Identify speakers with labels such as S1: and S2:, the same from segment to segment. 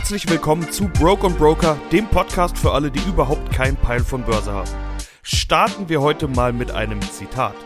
S1: Herzlich willkommen zu Broke & Broker, dem Podcast für alle, die überhaupt keinen Peil von Börse haben. Starten wir heute mal mit einem Zitat.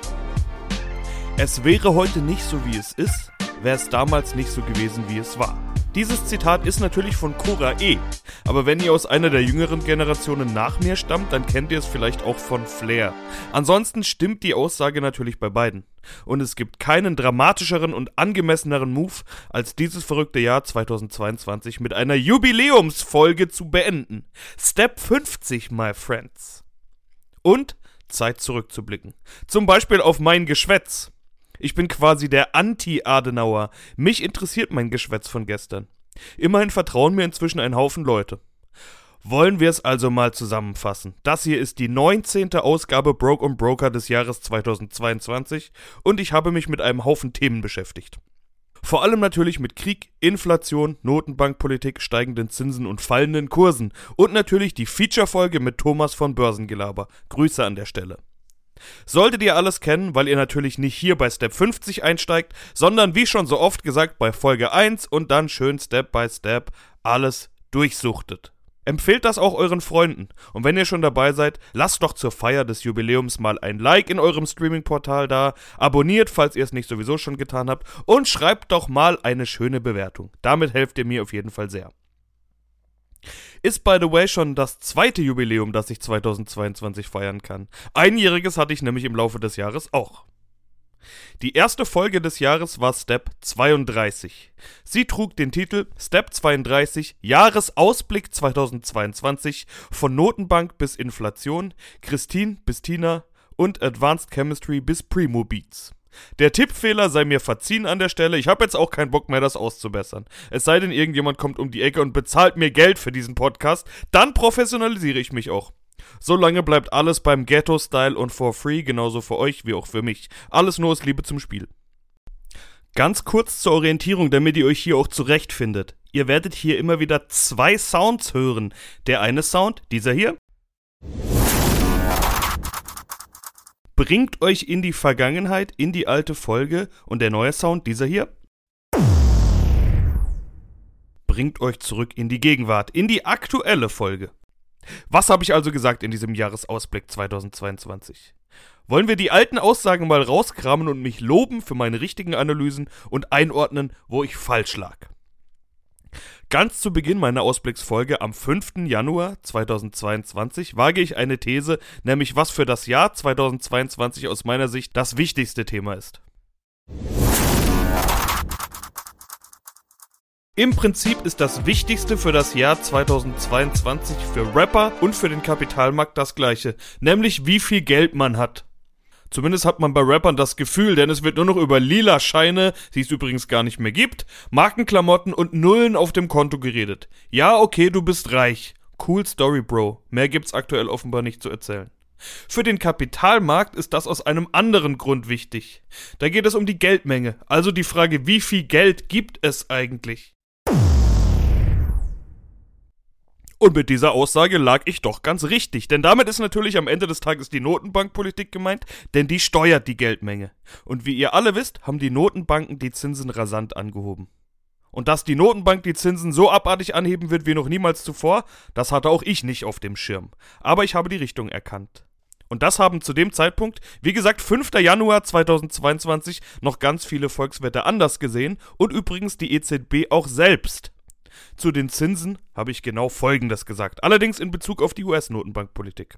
S1: Es wäre heute nicht so, wie es ist, wäre es damals nicht so gewesen, wie es war. Dieses Zitat ist natürlich von Cora E., aber wenn ihr aus einer der jüngeren Generationen nach mir stammt, dann kennt ihr es vielleicht auch von Flair. Ansonsten stimmt die Aussage natürlich bei beiden. Und es gibt keinen dramatischeren und angemesseneren Move, als dieses verrückte Jahr 2022 mit einer Jubiläumsfolge zu beenden. Step 50, my friends. Und Zeit zurückzublicken. Zum Beispiel auf mein Geschwätz. Ich bin quasi der Anti-Adenauer. Mich interessiert mein Geschwätz von gestern. Immerhin vertrauen mir inzwischen ein Haufen Leute. Wollen wir es also mal zusammenfassen. Das hier ist die 19. Ausgabe Broke & Broker des Jahres 2022 und ich habe mich mit einem Haufen Themen beschäftigt. Vor allem natürlich mit Krieg, Inflation, Notenbankpolitik, steigenden Zinsen und fallenden Kursen und natürlich die Feature-Folge mit Thomas von Börsengelaber. Grüße an der Stelle. Solltet ihr alles kennen, weil ihr natürlich nicht hier bei Step 50 einsteigt, sondern wie schon so oft gesagt bei Folge 1 und dann schön Step by Step alles durchsuchtet. Empfehlt das auch euren Freunden und wenn ihr schon dabei seid, lasst doch zur Feier des Jubiläums mal ein Like in eurem Streaming-Portal da, abonniert, falls ihr es nicht sowieso schon getan habt und schreibt doch mal eine schöne Bewertung. Damit helft ihr mir auf jeden Fall sehr. Ist by the way schon das zweite Jubiläum, das ich 2022 feiern kann. Einjähriges hatte ich nämlich im Laufe des Jahres auch. Die erste Folge des Jahres war Step 32. Sie trug den Titel Step 32 Jahresausblick 2022 von Notenbank bis Inflation, Christine bis Tina und Advanced Chemistry bis Primo Beats. Der Tippfehler sei mir verziehen an der Stelle, ich habe jetzt auch keinen Bock mehr, das auszubessern. Es sei denn, irgendjemand kommt um die Ecke und bezahlt mir Geld für diesen Podcast, dann professionalisiere ich mich auch. Solange bleibt alles beim Ghetto-Style und for free, genauso für euch wie auch für mich. Alles nur aus Liebe zum Spiel. Ganz kurz zur Orientierung, damit ihr euch hier auch zurechtfindet. Ihr werdet hier immer wieder zwei Sounds hören. Der eine Sound, dieser hier, bringt euch in die Vergangenheit, in die alte Folge und der neue Sound, dieser hier, bringt euch zurück in die Gegenwart, in die aktuelle Folge. Was habe ich also gesagt in diesem Jahresausblick 2022? Wollen wir die alten Aussagen mal rauskramen und mich loben für meine richtigen Analysen und einordnen, wo ich falsch lag? Ganz zu Beginn meiner Ausblicksfolge am 5. Januar 2022 wage ich eine These, nämlich was für das Jahr 2022 aus meiner Sicht das wichtigste Thema ist. Im Prinzip ist das Wichtigste für das Jahr 2022 für Rapper und für den Kapitalmarkt das gleiche, nämlich wie viel Geld man hat. Zumindest hat man bei Rappern das Gefühl, denn es wird nur noch über lila Scheine, die es übrigens gar nicht mehr gibt, Markenklamotten und Nullen auf dem Konto geredet. Ja, okay, du bist reich. Cool Story, Bro. Mehr gibt's aktuell offenbar nicht zu erzählen. Für den Kapitalmarkt ist das aus einem anderen Grund wichtig. Da geht es um die Geldmenge, also die Frage, wie viel Geld gibt es eigentlich? Und mit dieser Aussage lag ich doch ganz richtig, denn damit ist natürlich am Ende des Tages die Notenbankpolitik gemeint, denn die steuert die Geldmenge. Und wie ihr alle wisst, haben die Notenbanken die Zinsen rasant angehoben. Und dass die Notenbank die Zinsen so abartig anheben wird wie noch niemals zuvor, das hatte auch ich nicht auf dem Schirm. Aber ich habe die Richtung erkannt. Und das haben zu dem Zeitpunkt, wie gesagt 5. Januar 2022, noch ganz viele Volkswirte anders gesehen und übrigens die EZB auch selbst. Zu den Zinsen habe ich genau Folgendes gesagt, allerdings in Bezug auf die US-Notenbankpolitik.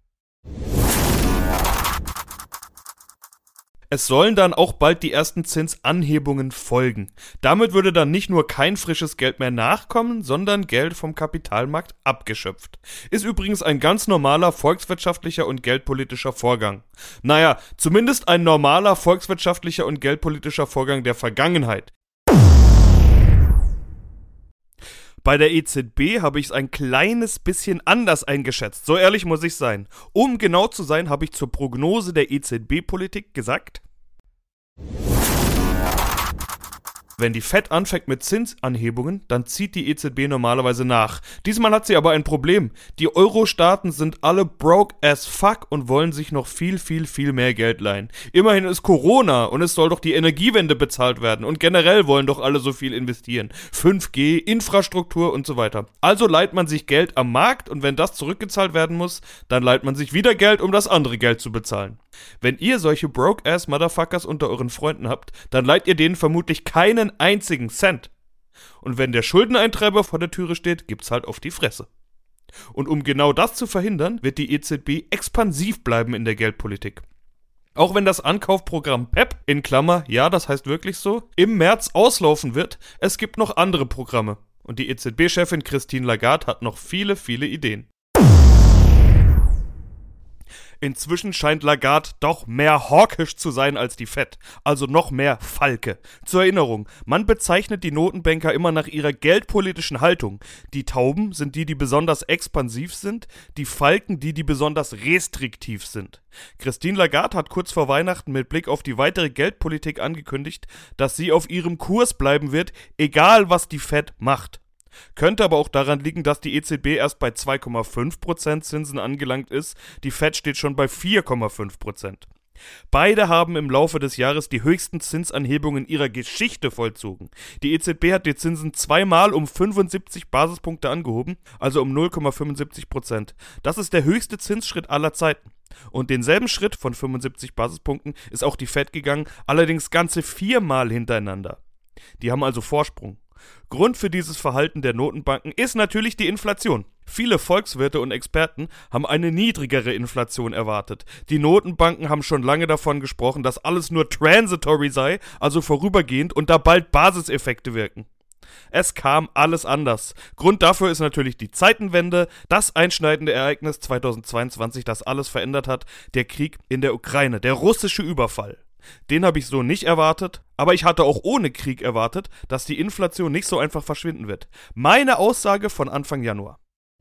S1: Es sollen dann auch bald die ersten Zinsanhebungen folgen. Damit würde dann nicht nur kein frisches Geld mehr nachkommen, sondern Geld vom Kapitalmarkt abgeschöpft. Ist übrigens ein ganz normaler volkswirtschaftlicher und geldpolitischer Vorgang. Naja, zumindest ein normaler volkswirtschaftlicher und geldpolitischer Vorgang der Vergangenheit. Bei der EZB habe ich es ein kleines bisschen anders eingeschätzt, so ehrlich muss ich sein. Um genau zu sein, habe ich zur Prognose der EZB-Politik gesagt: Wenn die Fed anfängt mit Zinsanhebungen, dann zieht die EZB normalerweise nach. Diesmal hat sie aber ein Problem. Die Euro-Staaten sind alle broke as fuck und wollen sich noch viel mehr Geld leihen. Immerhin ist Corona und es soll doch die Energiewende bezahlt werden und generell wollen doch alle so viel investieren. 5G, Infrastruktur und so weiter. Also leiht man sich Geld am Markt und wenn das zurückgezahlt werden muss, dann leiht man sich wieder Geld, um das andere Geld zu bezahlen. Wenn ihr solche broke-ass Motherfuckers unter euren Freunden habt, dann leiht ihr denen vermutlich keinen einzigen Cent. Und wenn der Schuldeneintreiber vor der Türe steht, gibt's halt auf die Fresse. Und um genau das zu verhindern, wird die EZB expansiv bleiben in der Geldpolitik. Auch wenn das Ankaufprogramm PEP, in Klammer, ja, das heißt wirklich so, im März auslaufen wird, es gibt noch andere Programme. Und die EZB-Chefin Christine Lagarde hat noch viele Ideen. Inzwischen scheint Lagarde doch mehr hawkisch zu sein als die Fed, also noch mehr Falke. Zur Erinnerung, man bezeichnet die Notenbanker immer nach ihrer geldpolitischen Haltung. Die Tauben sind die besonders expansiv sind, die Falken die besonders restriktiv sind. Christine Lagarde hat kurz vor Weihnachten mit Blick auf die weitere Geldpolitik angekündigt, dass sie auf ihrem Kurs bleiben wird, egal was die Fed macht. Könnte aber auch daran liegen, dass die EZB erst bei 2,5% Zinsen angelangt ist, die Fed steht schon bei 4,5%. Beide haben im Laufe des Jahres die höchsten Zinsanhebungen ihrer Geschichte vollzogen. Die EZB hat die Zinsen zweimal um 75 Basispunkte angehoben, also um 0,75%. Das ist der höchste Zinsschritt aller Zeiten. Und denselben Schritt von 75 Basispunkten ist auch die Fed gegangen, allerdings ganze 4-mal hintereinander. Die haben also Vorsprung. Grund für dieses Verhalten der Notenbanken ist natürlich die Inflation. Viele Volkswirte und Experten haben eine niedrigere Inflation erwartet. Die Notenbanken haben schon lange davon gesprochen, dass alles nur transitory sei, also vorübergehend und da bald Basiseffekte wirken. Es kam alles anders. Grund dafür ist natürlich die Zeitenwende, das einschneidende Ereignis 2022, das alles verändert hat, der Krieg in der Ukraine, der russische Überfall. Den habe ich so nicht erwartet, aber ich hatte auch ohne Krieg erwartet, dass die Inflation nicht so einfach verschwinden wird. Meine Aussage von Anfang Januar.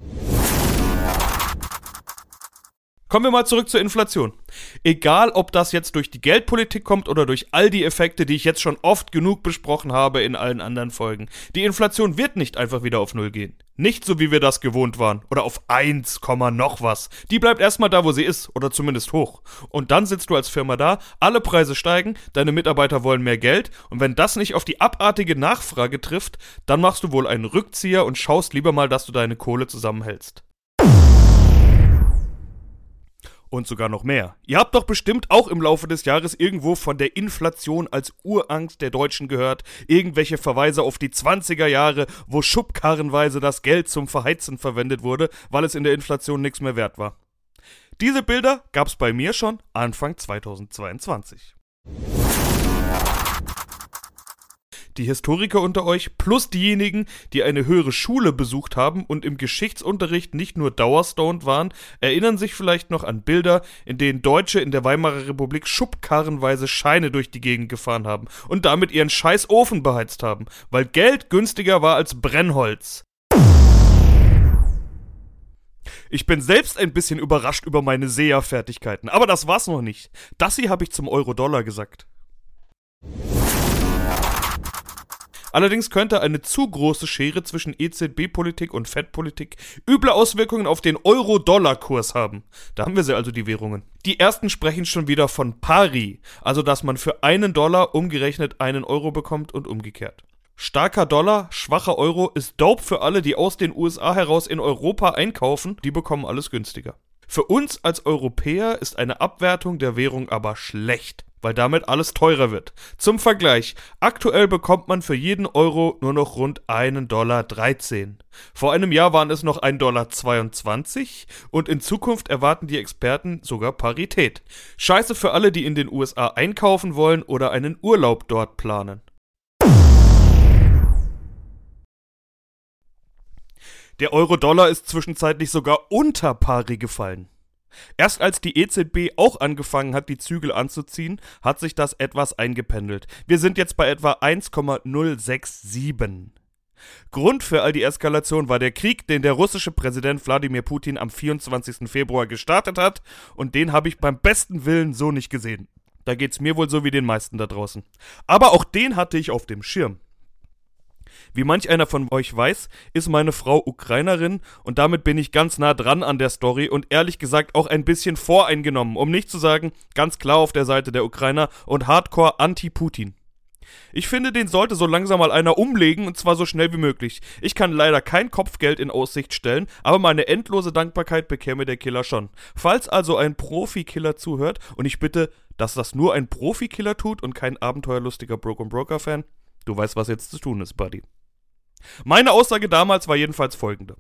S1: Kommen wir mal zurück zur Inflation. Egal, ob das jetzt durch die Geldpolitik kommt oder durch all die Effekte, die ich jetzt schon oft genug besprochen habe in allen anderen Folgen. Die Inflation wird nicht einfach wieder auf Null gehen. Nicht so, wie wir das gewohnt waren. Oder auf 1, noch was. Die bleibt erstmal da, wo sie ist. Oder zumindest hoch. Und dann sitzt du als Firma da, alle Preise steigen, deine Mitarbeiter wollen mehr Geld. Und wenn das nicht auf die abartige Nachfrage trifft, dann machst du wohl einen Rückzieher und schaust lieber mal, dass du deine Kohle zusammenhältst. Und sogar noch mehr. Ihr habt doch bestimmt auch im Laufe des Jahres irgendwo von der Inflation als Urangst der Deutschen gehört, irgendwelche Verweise auf die 20er Jahre, wo schubkarrenweise das Geld zum Verheizen verwendet wurde, weil es in der Inflation nichts mehr wert war. Diese Bilder gab's bei mir schon Anfang 2022. Die Historiker unter euch plus diejenigen, die eine höhere Schule besucht haben und im Geschichtsunterricht nicht nur dauerstoned waren, erinnern sich vielleicht noch an Bilder, in denen Deutsche in der Weimarer Republik schubkarrenweise Scheine durch die Gegend gefahren haben und damit ihren scheiß Ofen beheizt haben, weil Geld günstiger war als Brennholz. Ich bin selbst ein bisschen überrascht über meine SEA-Fertigkeiten, aber das war's noch nicht. Das hier habe ich zum Euro-Dollar gesagt. Allerdings könnte eine zu große Schere zwischen EZB-Politik und Fed-Politik üble Auswirkungen auf den Euro-Dollar-Kurs haben. Da haben wir sie also, die Währungen. Die ersten sprechen schon wieder von Pari, also dass man für $1 umgerechnet €1 bekommt und umgekehrt. Starker Dollar, schwacher Euro ist dope für alle, die aus den USA heraus in Europa einkaufen, die bekommen alles günstiger. Für uns als Europäer ist eine Abwertung der Währung aber schlecht, weil damit alles teurer wird. Zum Vergleich, aktuell bekommt man für jeden Euro nur noch rund $1,13. Vor einem Jahr waren es noch $1,22 und in Zukunft erwarten die Experten sogar Parität. Scheiße für alle, die in den USA einkaufen wollen oder einen Urlaub dort planen. Der Euro-Dollar ist zwischenzeitlich sogar unter Pari gefallen. Erst als die EZB auch angefangen hat, die Zügel anzuziehen, hat sich das etwas eingependelt. Wir sind jetzt bei etwa 1,067. Grund für all die Eskalation war der Krieg, den der russische Präsident Wladimir Putin am 24. Februar gestartet hat, und den habe ich beim besten Willen so nicht gesehen. Da geht's mir wohl so wie den meisten da draußen. Aber auch den hatte ich auf dem Schirm. Wie manch einer von euch weiß, ist meine Frau Ukrainerin und damit bin ich ganz nah dran an der Story und ehrlich gesagt auch ein bisschen voreingenommen, um nicht zu sagen, ganz klar auf der Seite der Ukrainer und hardcore anti-Putin. Ich finde, den sollte so langsam mal einer umlegen und zwar so schnell wie möglich. Ich kann leider kein Kopfgeld in Aussicht stellen, aber meine endlose Dankbarkeit bekäme der Killer schon. Falls also ein Profi-Killer zuhört und ich bitte, dass das nur ein Profi-Killer tut und kein abenteuerlustiger Broken-Broker-Fan, du weißt, was jetzt zu tun ist, Buddy. Meine Aussage damals war jedenfalls folgende.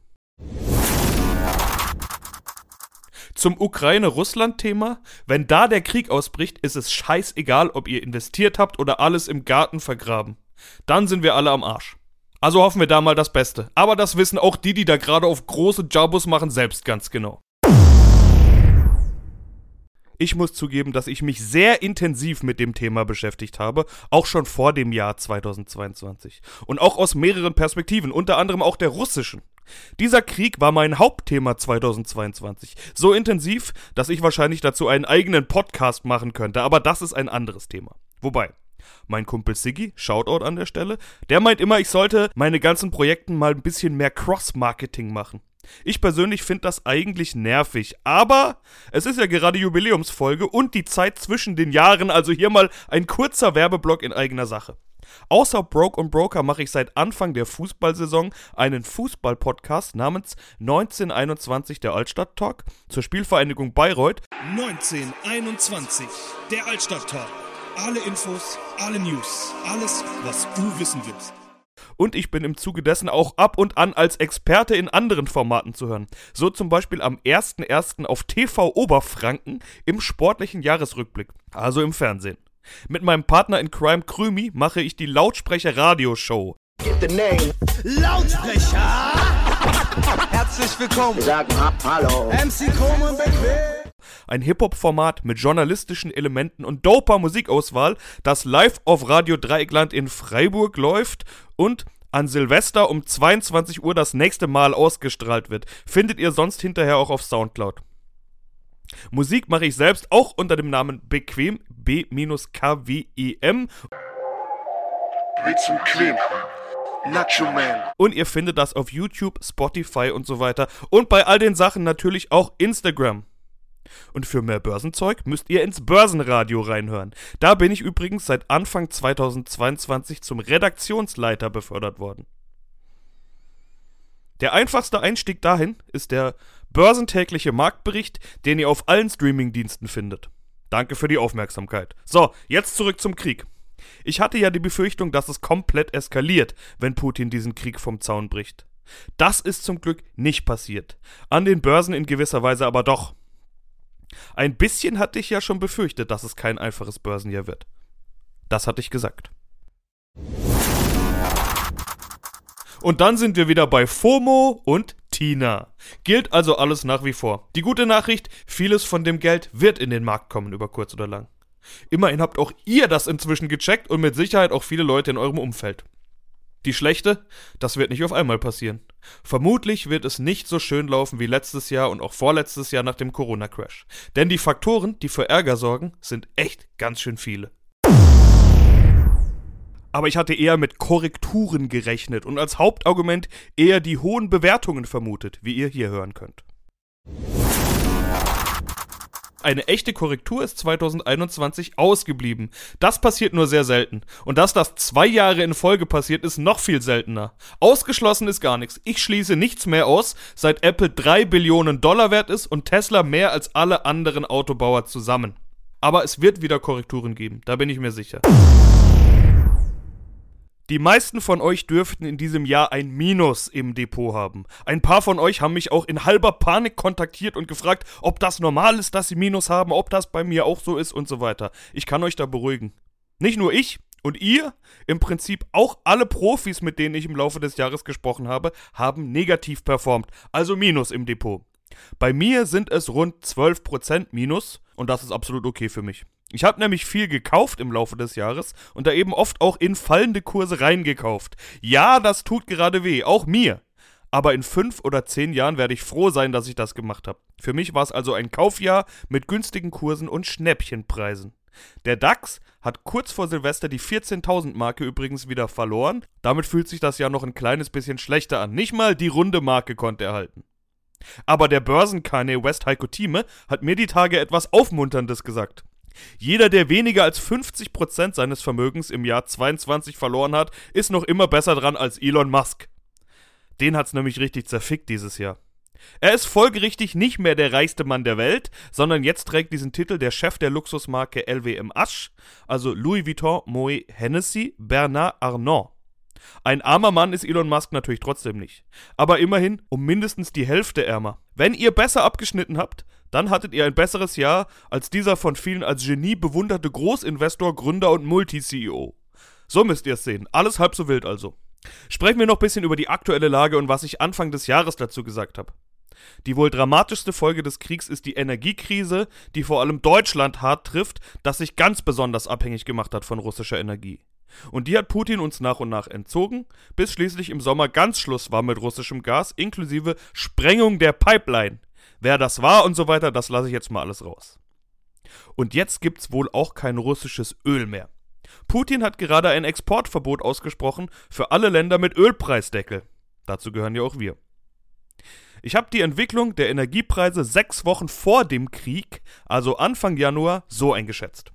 S1: Zum Ukraine-Russland-Thema, wenn da der Krieg ausbricht, ist es scheißegal, ob ihr investiert habt oder alles im Garten vergraben. Dann sind wir alle am Arsch. Also hoffen wir da mal das Beste. Aber das wissen auch die da gerade auf große Jabos machen, selbst ganz genau. Ich muss zugeben, dass ich mich sehr intensiv mit dem Thema beschäftigt habe, auch schon vor dem Jahr 2022. Und auch aus mehreren Perspektiven, unter anderem auch der russischen. Dieser Krieg war mein Hauptthema 2022. So intensiv, dass ich wahrscheinlich dazu einen eigenen Podcast machen könnte, aber das ist ein anderes Thema. Wobei, mein Kumpel Siggi, Shoutout an der Stelle, der meint immer, ich sollte meine ganzen Projekten mal ein bisschen mehr Cross-Marketing machen. Ich persönlich finde das eigentlich nervig, aber es ist ja gerade Jubiläumsfolge und die Zeit zwischen den Jahren, also hier mal ein kurzer Werbeblock in eigener Sache. Außer Broke & Broker mache ich seit Anfang der Fußballsaison einen Fußball-Podcast namens 1921 der Altstadt-Talk zur Spielvereinigung Bayreuth.
S2: 1921 der Altstadt-Talk. Alle Infos, alle News, alles, was du wissen willst.
S1: Und ich bin im Zuge dessen auch ab und an als Experte in anderen Formaten zu hören. So zum Beispiel am 1.1. auf TV Oberfranken im sportlichen Jahresrückblick, also im Fernsehen. Mit meinem Partner in Crime Krümi mache ich die Lautsprecher-Radio-Show.
S3: Lautsprecher! Herzlich willkommen!
S4: Sag hallo!
S3: MC Krumm und Bequem!
S1: Ein Hip-Hop-Format mit journalistischen Elementen und doper Musikauswahl, das live auf Radio Dreieckland in Freiburg läuft und an Silvester um 22 Uhr das nächste Mal ausgestrahlt wird. Findet ihr sonst hinterher auch auf Soundcloud. Musik mache ich selbst auch unter dem Namen Bequem, B-K-W-E-M.
S4: Bequem. Nacho Man.
S1: Und ihr findet das auf YouTube, Spotify und so weiter. Und bei all den Sachen natürlich auch Instagram. Und für mehr Börsenzeug müsst ihr ins Börsenradio reinhören. Da bin ich übrigens seit Anfang 2022 zum Redaktionsleiter befördert worden. Der einfachste Einstieg dahin ist der börsentägliche Marktbericht, den ihr auf allen Streamingdiensten findet. Danke für die Aufmerksamkeit. So, jetzt zurück zum Krieg. Ich hatte ja die Befürchtung, dass es komplett eskaliert, wenn Putin diesen Krieg vom Zaun bricht. Das ist zum Glück nicht passiert. An den Börsen in gewisser Weise aber doch. Ein bisschen hatte ich ja schon befürchtet, dass es kein einfaches Börsenjahr wird. Das hatte ich gesagt. Und dann sind wir wieder bei FOMO und Tina. Gilt also alles nach wie vor. Die gute Nachricht, vieles von dem Geld wird in den Markt kommen, über kurz oder lang. Immerhin habt auch ihr das inzwischen gecheckt und mit Sicherheit auch viele Leute in eurem Umfeld. Die schlechte, das wird nicht auf einmal passieren. Vermutlich wird es nicht so schön laufen wie letztes Jahr und auch vorletztes Jahr nach dem Corona-Crash. Denn die Faktoren, die für Ärger sorgen, sind echt ganz schön viele. Aber ich hatte eher mit Korrekturen gerechnet und als Hauptargument eher die hohen Bewertungen vermutet, wie ihr hier hören könnt. Eine echte Korrektur ist 2021 ausgeblieben. Das passiert nur sehr selten. Und dass das 2 Jahre in Folge passiert, ist noch viel seltener. Ausgeschlossen ist gar nichts. Ich schließe nichts mehr aus, seit Apple 3 Billionen Dollar wert ist und Tesla mehr als alle anderen Autobauer zusammen. Aber es wird wieder Korrekturen geben, da bin ich mir sicher. Die meisten von euch dürften in diesem Jahr ein Minus im Depot haben. Ein paar von euch haben mich auch in halber Panik kontaktiert und gefragt, ob das normal ist, dass sie Minus haben, ob das bei mir auch so ist und so weiter. Ich kann euch da beruhigen. Nicht nur ich und ihr, im Prinzip auch alle Profis, mit denen ich im Laufe des Jahres gesprochen habe, haben negativ performt, also Minus im Depot. Bei mir sind es rund 12% Minus und das ist absolut okay für mich. Ich habe nämlich viel gekauft im Laufe des Jahres und da eben oft auch in fallende Kurse reingekauft. Ja, das tut gerade weh, auch mir. Aber in 5 oder 10 Jahren werde ich froh sein, dass ich das gemacht habe. Für mich war es also ein Kaufjahr mit günstigen Kursen und Schnäppchenpreisen. Der DAX hat kurz vor Silvester die 14.000-Marke übrigens wieder verloren. Damit fühlt sich das ja noch ein kleines bisschen schlechter an. Nicht mal die runde Marke konnte er halten. Aber der Börsen-Kanye West Heiko Thieme hat mir die Tage etwas Aufmunterndes gesagt. Jeder, der weniger als 50% seines Vermögens im Jahr 22 verloren hat, ist noch immer besser dran als Elon Musk. Den hat's nämlich richtig zerfickt dieses Jahr. Er ist folgerichtig nicht mehr der reichste Mann der Welt, sondern jetzt trägt diesen Titel der Chef der Luxusmarke LVMH, also Louis Vuitton, Moet Hennessy, Bernard Arnault. Ein armer Mann ist Elon Musk natürlich trotzdem nicht, aber immerhin um mindestens die Hälfte ärmer. Wenn ihr besser abgeschnitten habt, dann hattet ihr ein besseres Jahr als dieser von vielen als Genie bewunderte Großinvestor, Gründer und Multi-CEO. So müsst ihr es sehen, alles halb so wild also. Sprechen wir noch ein bisschen über die aktuelle Lage und was ich Anfang des Jahres dazu gesagt habe. Die wohl dramatischste Folge des Kriegs ist die Energiekrise, die vor allem Deutschland hart trifft, das sich ganz besonders abhängig gemacht hat von russischer Energie. Und die hat Putin uns nach und nach entzogen, bis schließlich im Sommer ganz Schluss war mit russischem Gas, inklusive Sprengung der Pipeline. Wer das war und so weiter, das lasse ich jetzt mal alles raus. Und jetzt gibt's wohl auch kein russisches Öl mehr. Putin hat gerade ein Exportverbot ausgesprochen für alle Länder mit Ölpreisdeckel. Dazu gehören ja auch wir. Ich habe die Entwicklung der Energiepreise 6 Wochen vor dem Krieg, also Anfang Januar, so eingeschätzt.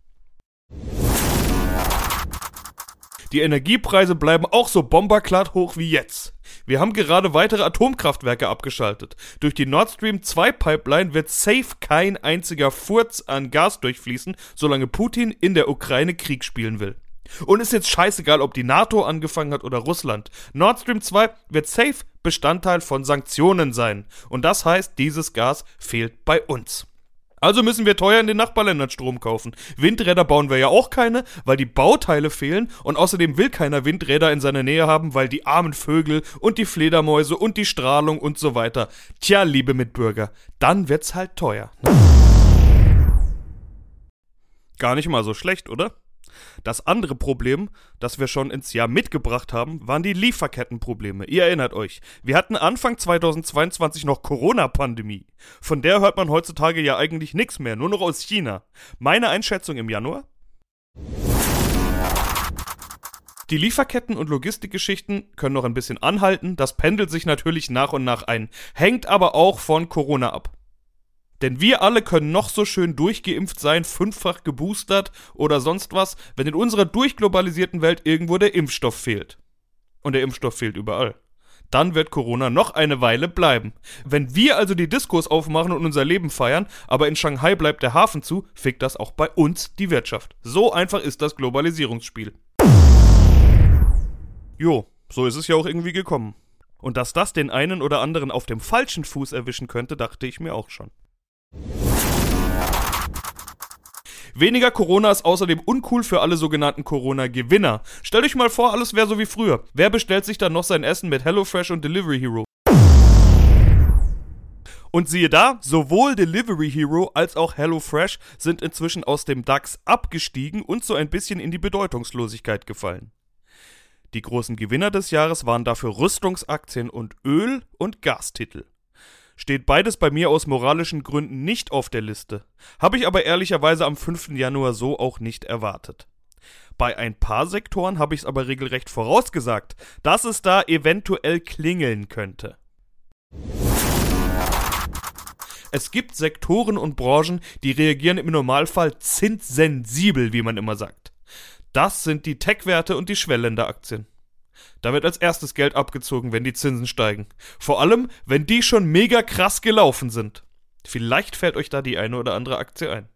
S1: Die Energiepreise bleiben auch so bomberglatt hoch wie jetzt. Wir haben gerade weitere Atomkraftwerke abgeschaltet. Durch die Nord Stream 2 Pipeline wird safe kein einziger Furz an Gas durchfließen, solange Putin in der Ukraine Krieg spielen will. Und ist jetzt scheißegal, ob die NATO angefangen hat oder Russland. Nord Stream 2 wird safe Bestandteil von Sanktionen sein. Und das heißt, dieses Gas fehlt bei uns. Also müssen wir teuer in den Nachbarländern Strom kaufen. Windräder bauen wir ja auch keine, weil die Bauteile fehlen. Und außerdem will keiner Windräder in seiner Nähe haben, weil die armen Vögel und die Fledermäuse und die Strahlung und so weiter. Tja, liebe Mitbürger, dann wird's halt teuer. Gar nicht mal so schlecht, oder? Das andere Problem, das wir schon ins Jahr mitgebracht haben, waren die Lieferkettenprobleme. Ihr erinnert euch, wir hatten Anfang 2022 noch Corona-Pandemie. Von der hört man heutzutage ja eigentlich nichts mehr, nur noch aus China. Meine Einschätzung im Januar? Die Lieferketten und Logistikgeschichten können noch ein bisschen anhalten, das pendelt sich natürlich nach und nach ein, hängt aber auch von Corona ab. Denn wir alle können noch so schön durchgeimpft sein, 5-fach geboostert oder sonst was, wenn in unserer durchglobalisierten Welt irgendwo der Impfstoff fehlt. Und der Impfstoff fehlt überall. Dann wird Corona noch eine Weile bleiben. Wenn wir also die Diskos aufmachen und unser Leben feiern, aber in Shanghai bleibt der Hafen zu, fickt das auch bei uns die Wirtschaft. So einfach ist das Globalisierungsspiel. Jo, so ist es ja auch irgendwie gekommen. Und dass das den einen oder anderen auf dem falschen Fuß erwischen könnte, dachte ich mir auch schon. Weniger Corona ist außerdem uncool für alle sogenannten Corona-Gewinner. Stellt euch mal vor, alles wäre so wie früher. Wer bestellt sich dann noch sein Essen mit HelloFresh und Delivery Hero? Und siehe da, sowohl Delivery Hero als auch HelloFresh sind inzwischen aus dem DAX abgestiegen und so ein bisschen in die Bedeutungslosigkeit gefallen. Die großen Gewinner des Jahres waren dafür Rüstungsaktien und Öl- und Gastitel. Steht beides bei mir aus moralischen Gründen nicht auf der Liste. Habe ich aber ehrlicherweise am 5. Januar so auch nicht erwartet. Bei ein paar Sektoren habe ich es aber regelrecht vorausgesagt, dass es da eventuell klingeln könnte. Es gibt Sektoren und Branchen, die reagieren im Normalfall zinssensibel, wie man immer sagt. Das sind die Tech-Werte und die Schwellländeраktien. Da wird als erstes Geld abgezogen, wenn die Zinsen steigen. Vor allem, wenn die schon mega krass gelaufen sind. Vielleicht fällt euch da die eine oder andere Aktie ein.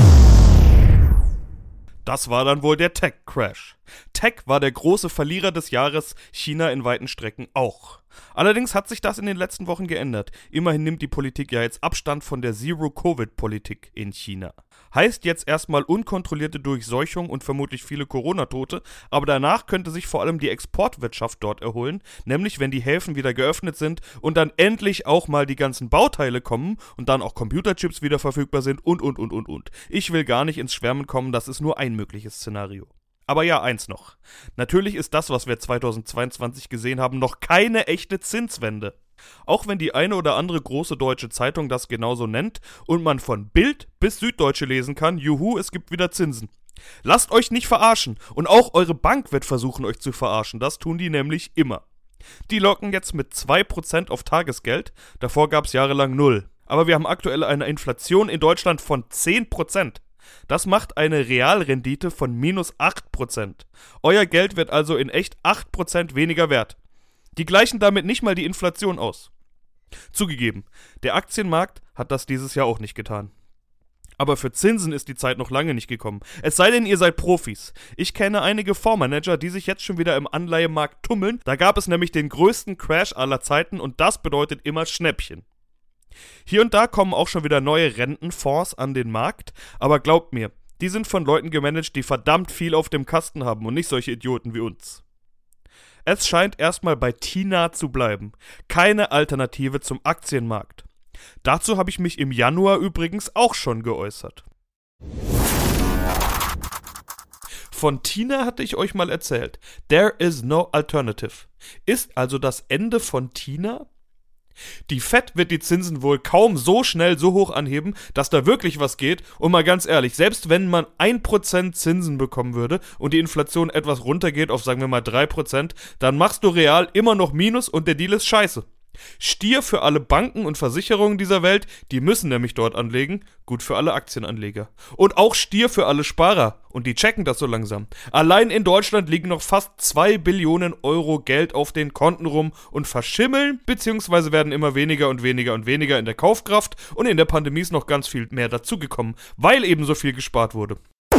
S1: Das war dann wohl der Tech-Crash. Tech war der große Verlierer des Jahres, China in weiten Strecken auch. Allerdings hat sich das in den letzten Wochen geändert. Immerhin nimmt die Politik ja jetzt Abstand von der Zero-Covid-Politik in China. Heißt jetzt erstmal unkontrollierte Durchseuchung und vermutlich viele Corona-Tote, aber danach könnte sich vor allem die Exportwirtschaft dort erholen, nämlich wenn die Häfen wieder geöffnet sind und dann endlich auch mal die ganzen Bauteile kommen und dann auch Computerchips wieder verfügbar sind und. Ich will gar nicht ins Schwärmen kommen, das ist nur ein mögliches Szenario. Aber ja, eins noch. Natürlich ist das, was wir 2022 gesehen haben, noch keine echte Zinswende. Auch wenn die eine oder andere große deutsche Zeitung das genauso nennt und man von Bild bis Süddeutsche lesen kann, juhu, es gibt wieder Zinsen. Lasst euch nicht verarschen und auch eure Bank wird versuchen, euch zu verarschen, das tun die nämlich immer. Die locken jetzt mit 2% auf Tagesgeld, davor gab es jahrelang 0. Aber wir haben aktuell eine Inflation in Deutschland von 10%. Das macht eine Realrendite von minus 8%. Euer Geld wird also in echt 8% weniger wert. Die gleichen damit nicht mal die Inflation aus. Zugegeben, der Aktienmarkt hat das dieses Jahr auch nicht getan. Aber für Zinsen ist die Zeit noch lange nicht gekommen. Es sei denn, ihr seid Profis. Ich kenne einige Fondsmanager, die sich jetzt schon wieder im Anleihemarkt tummeln. Da gab es nämlich den größten Crash aller Zeiten und das bedeutet immer Schnäppchen. Hier und da kommen auch schon wieder neue Rentenfonds an den Markt, aber glaubt mir, die sind von Leuten gemanagt, die verdammt viel auf dem Kasten haben und nicht solche Idioten wie uns. Es scheint erstmal bei TINA zu bleiben. Keine Alternative zum Aktienmarkt. Dazu habe ich mich im Januar übrigens auch schon geäußert. Von TINA hatte ich euch mal erzählt. There is no alternative. Ist also das Ende von TINA? Die Fed wird die Zinsen wohl kaum so schnell so hoch anheben, dass da wirklich was geht. Und mal ganz ehrlich, selbst wenn man 1% Zinsen bekommen würde und die Inflation etwas runtergeht auf, sagen wir mal, 3%, dann machst du real immer noch Minus und der Deal ist scheiße. Stier für alle Banken und Versicherungen dieser Welt, die müssen nämlich dort anlegen, gut für alle Aktienanleger. Und auch Stier für alle Sparer, und die checken das so langsam. Allein in Deutschland liegen noch fast 2 Billionen Euro Geld auf den Konten rum und verschimmeln, beziehungsweise werden immer weniger und weniger und weniger in der Kaufkraft und in der Pandemie ist noch ganz viel mehr dazugekommen, weil eben so viel gespart wurde.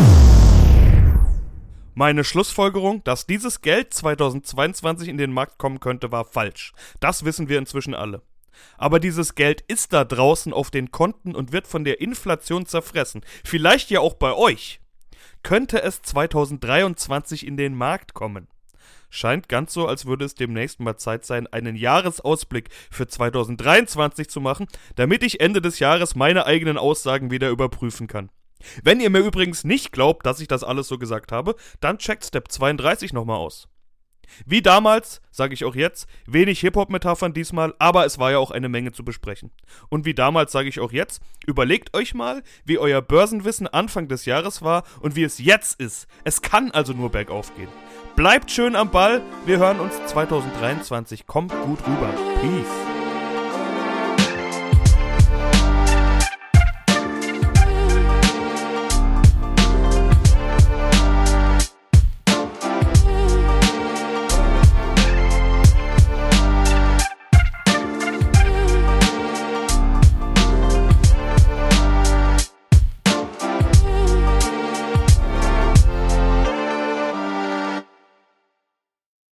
S1: Meine Schlussfolgerung, dass dieses Geld 2022 in den Markt kommen könnte, war falsch. Das wissen wir inzwischen alle. Aber dieses Geld ist da draußen auf den Konten und wird von der Inflation zerfressen. Vielleicht ja auch bei euch. Könnte es 2023 in den Markt kommen? Scheint ganz so, als würde es demnächst mal Zeit sein, einen Jahresausblick für 2023 zu machen, damit ich Ende des Jahres meine eigenen Aussagen wieder überprüfen kann. Wenn ihr mir übrigens nicht glaubt, dass ich das alles so gesagt habe, dann checkt Step 32 nochmal aus. Wie damals, sage ich auch jetzt, wenig Hip-Hop-Metaphern diesmal, aber es war ja auch eine Menge zu besprechen. Und wie damals sage ich auch jetzt, überlegt euch mal, wie euer Börsenwissen Anfang des Jahres war und wie es jetzt ist. Es kann also nur bergauf gehen. Bleibt schön am Ball, wir hören uns 2023. Kommt gut rüber. Peace.